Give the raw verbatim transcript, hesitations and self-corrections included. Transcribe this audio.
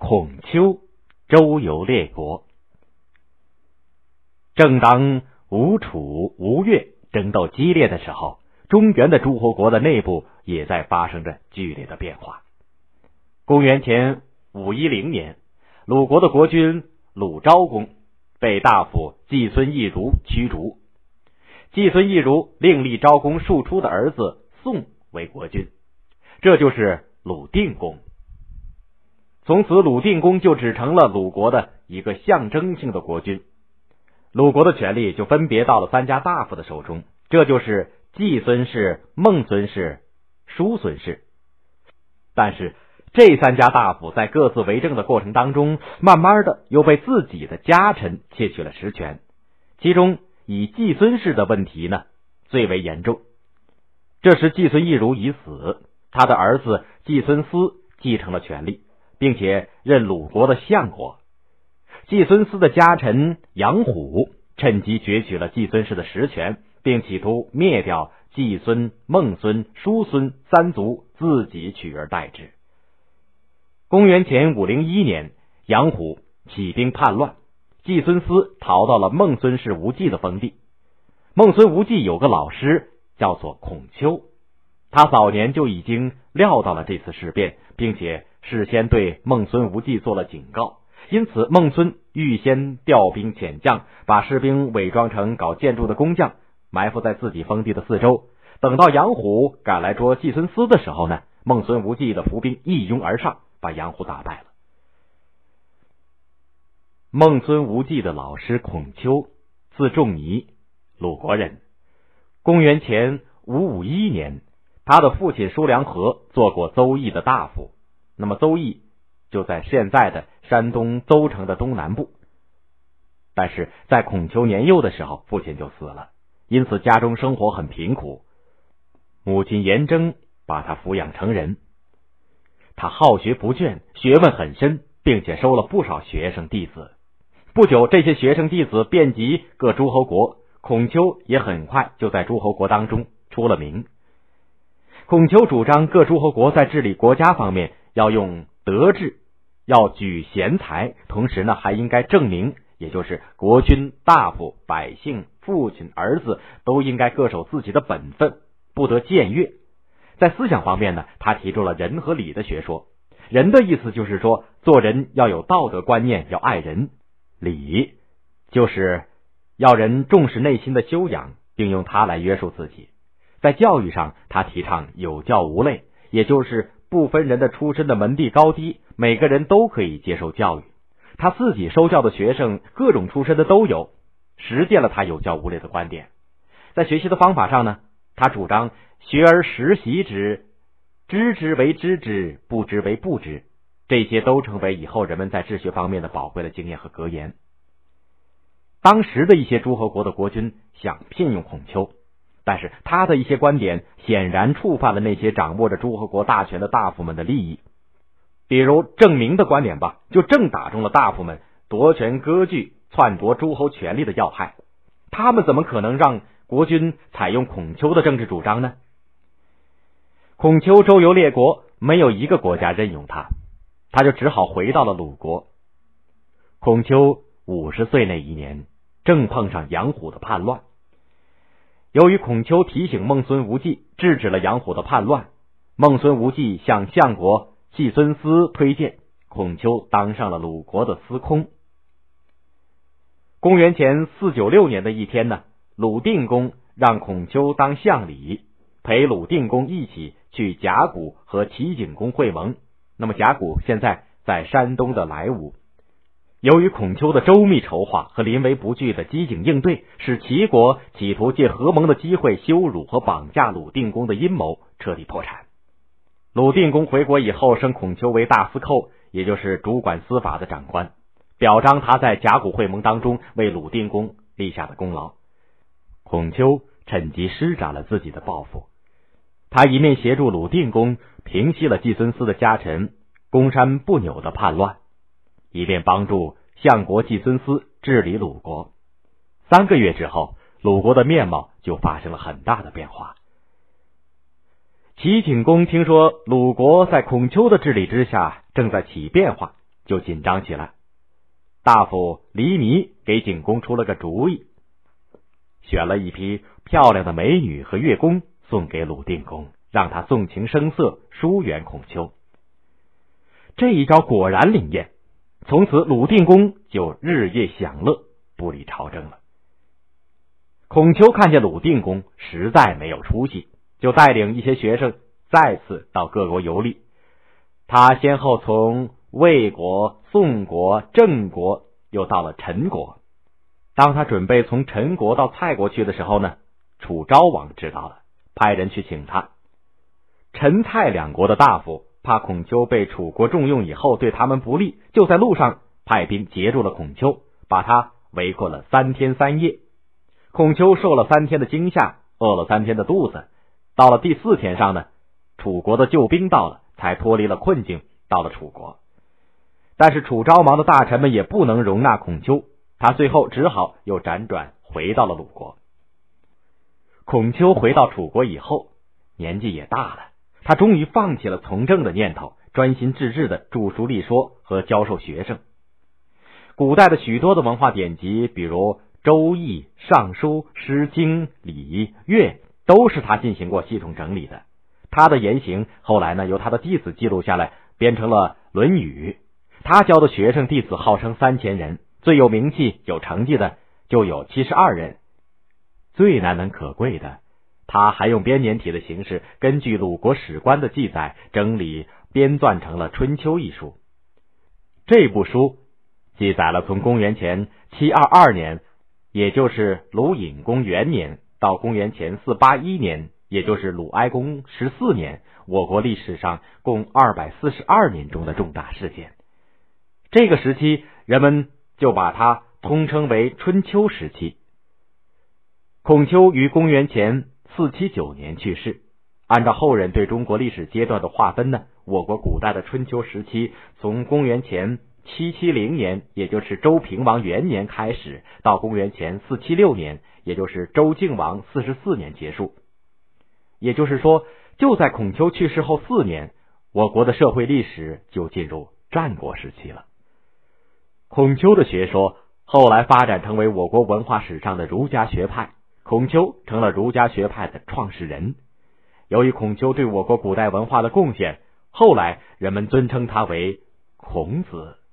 孔丘周游列国。正当吴楚、吴越争斗激烈的时候，中原的诸侯国的内部也在发生着剧烈的变化。公元前五一零年，鲁国的国君鲁昭公被大夫季孙意如驱逐。季孙意如另立昭公庶出的儿子宋为国君，这就是鲁定公。从此鲁定公就只成了鲁国的一个象征性的国君，鲁国的权力就分别到了三家大夫的手中，这就是季孙氏、孟孙氏、叔孙氏。但是这三家大夫在各自为政的过程当中，慢慢的又被自己的家臣窃取了实权，其中以季孙氏的问题呢最为严重。这时季孙意如已死，他的儿子季孙思继承了权力，并且任鲁国的相国。季孙思的家臣杨虎趁机攫取了季孙氏的实权，并企图灭掉季孙、孟孙、叔孙三族，自己取而代之。公元前五零一年，杨虎起兵叛乱，季孙思逃到了孟孙氏无忌的封地。孟孙无忌有个老师叫做孔丘，他早年就已经料到了这次事变，并且事先对孟孙无忌做了警告，因此孟孙预先调兵遣将，把士兵伪装成搞建筑的工匠，埋伏在自己封地的四周。等到杨虎赶来捉季孙思的时候呢，孟孙无忌的伏兵一拥而上，把杨虎打败了。孟孙无忌的老师孔丘，字仲尼，鲁国人。公元前五五一年，他的父亲叔良和做过邹邑的大夫，那么邹邑就在现在的山东邹城的东南部。但是在孔丘年幼的时候，父亲就死了，因此家中生活很贫苦。母亲颜征把他抚养成人，他好学不倦，学问很深，并且收了不少学生弟子。不久，这些学生弟子遍及各诸侯国，孔丘也很快就在诸侯国当中出了名。孔丘主张各诸侯国在治理国家方面要用德治，要举贤才，同时呢还应该正名，也就是国君、大夫、百姓、父亲、儿子都应该各守自己的本分，不得僭越。在思想方面呢，他提出了仁和礼的学说。仁的意思就是说，做人要有道德观念，要爱人；礼就是要人重视内心的修养，并用它来约束自己。在教育上，他提倡有教无类，也就是不分人的出身的门第高低，每个人都可以接受教育。他自己收教的学生各种出身的都有，实践了他有教无类的观点。在学习的方法上呢，他主张学而时习之，知之为知之，不知为不知，这些都成为以后人们在治学方面的宝贵的经验和格言。当时的一些诸侯国的国君想聘用孔丘，但是他的一些观点显然触犯了那些掌握着诸侯国大权的大夫们的利益。比如郑明的观点吧，就正打中了大夫们夺权割据、篡夺诸侯权力的要害。他们怎么可能让国君采用孔丘的政治主张呢？孔丘周游列国，没有一个国家任用他，他就只好回到了鲁国。孔丘五十岁那一年，正碰上杨虎的叛乱。由于孔丘提醒孟孙无忌，制止了杨虎的叛乱，孟孙无忌向相国季孙思推荐，孔丘当上了鲁国的司空。公元前四九六年的一天呢，鲁定公让孔丘当相礼，陪鲁定公一起去甲骨和齐景公会盟。那么甲骨现在在山东的莱芜。由于孔丘的周密筹划和临危不惧的机警应对，使齐国企图借合盟的机会羞辱和绑架鲁定公的阴谋彻底破产。鲁定公回国以后，升孔丘为大司寇，也就是主管司法的长官，表彰他在甲骨会盟当中为鲁定公立下的功劳。孔丘趁机施展了自己的抱负，他一面协助鲁定公平息了季孙思的家臣公山不扭的叛乱，以便帮助相国季孙思治理鲁国。三个月之后，鲁国的面貌就发生了很大的变化。齐景公听说鲁国在孔丘的治理之下正在起变化， 就紧张起来。大夫黎弥给景公出了个主意，选了一批漂亮的美女和乐工送给鲁定公，让他纵情声色，疏远孔丘。这一招果然灵验，从此鲁定公就日夜享乐，不理朝政了。孔丘看见鲁定公实在没有出息，就带领一些学生再次到各国游历。他先后从魏国、宋国、郑国，又到了陈国。当他准备从陈国到蔡国去的时候呢，楚昭王知道了，派人去请他。陈蔡两国的大夫怕孔丘被楚国重用以后对他们不利，就在路上派兵截住了孔丘，把他围困了三天三夜。孔丘受了三天的惊吓，饿了三天的肚子。到了第四天上呢，楚国的救兵到了，才脱离了困境，到了楚国。但是楚昭王的大臣们也不能容纳孔丘，他最后只好又辗转回到了鲁国。孔丘回到楚国以后，年纪也大了，他终于放弃了从政的念头，专心致志的著书立说和教授学生。古代的许多的文化典籍，比如周易、尚书、诗经、礼、乐，都是他进行过系统整理的。他的言行后来呢，由他的弟子记录下来，编成了《论语》。他教的学生弟子号称三千人，最有名气有成绩的就有七十二人。最难能可贵的，他还用编年体的形式，根据鲁国史官的记载整理编撰成了《春秋》一书。这部书记载了从公元前七二二年，也就是鲁隐公元年，到公元前四八一年，也就是鲁哀公十四年，我国历史上共二百四十二年中的重大事件。这个时期人们就把它通称为春秋时期。孔丘于公元前四七九年去世。按照后人对中国历史阶段的划分呢，我国古代的春秋时期从公元前七七零年，也就是周平王元年开始，到公元前四七六年，也就是周敬王四十四年结束。也就是说，就在孔丘去世后四年，我国的社会历史就进入战国时期了。孔丘的学说后来发展成为我国文化史上的儒家学派，孔丘成了儒家学派的创始人。由于孔丘对我国古代文化的贡献，后来人们尊称他为孔子。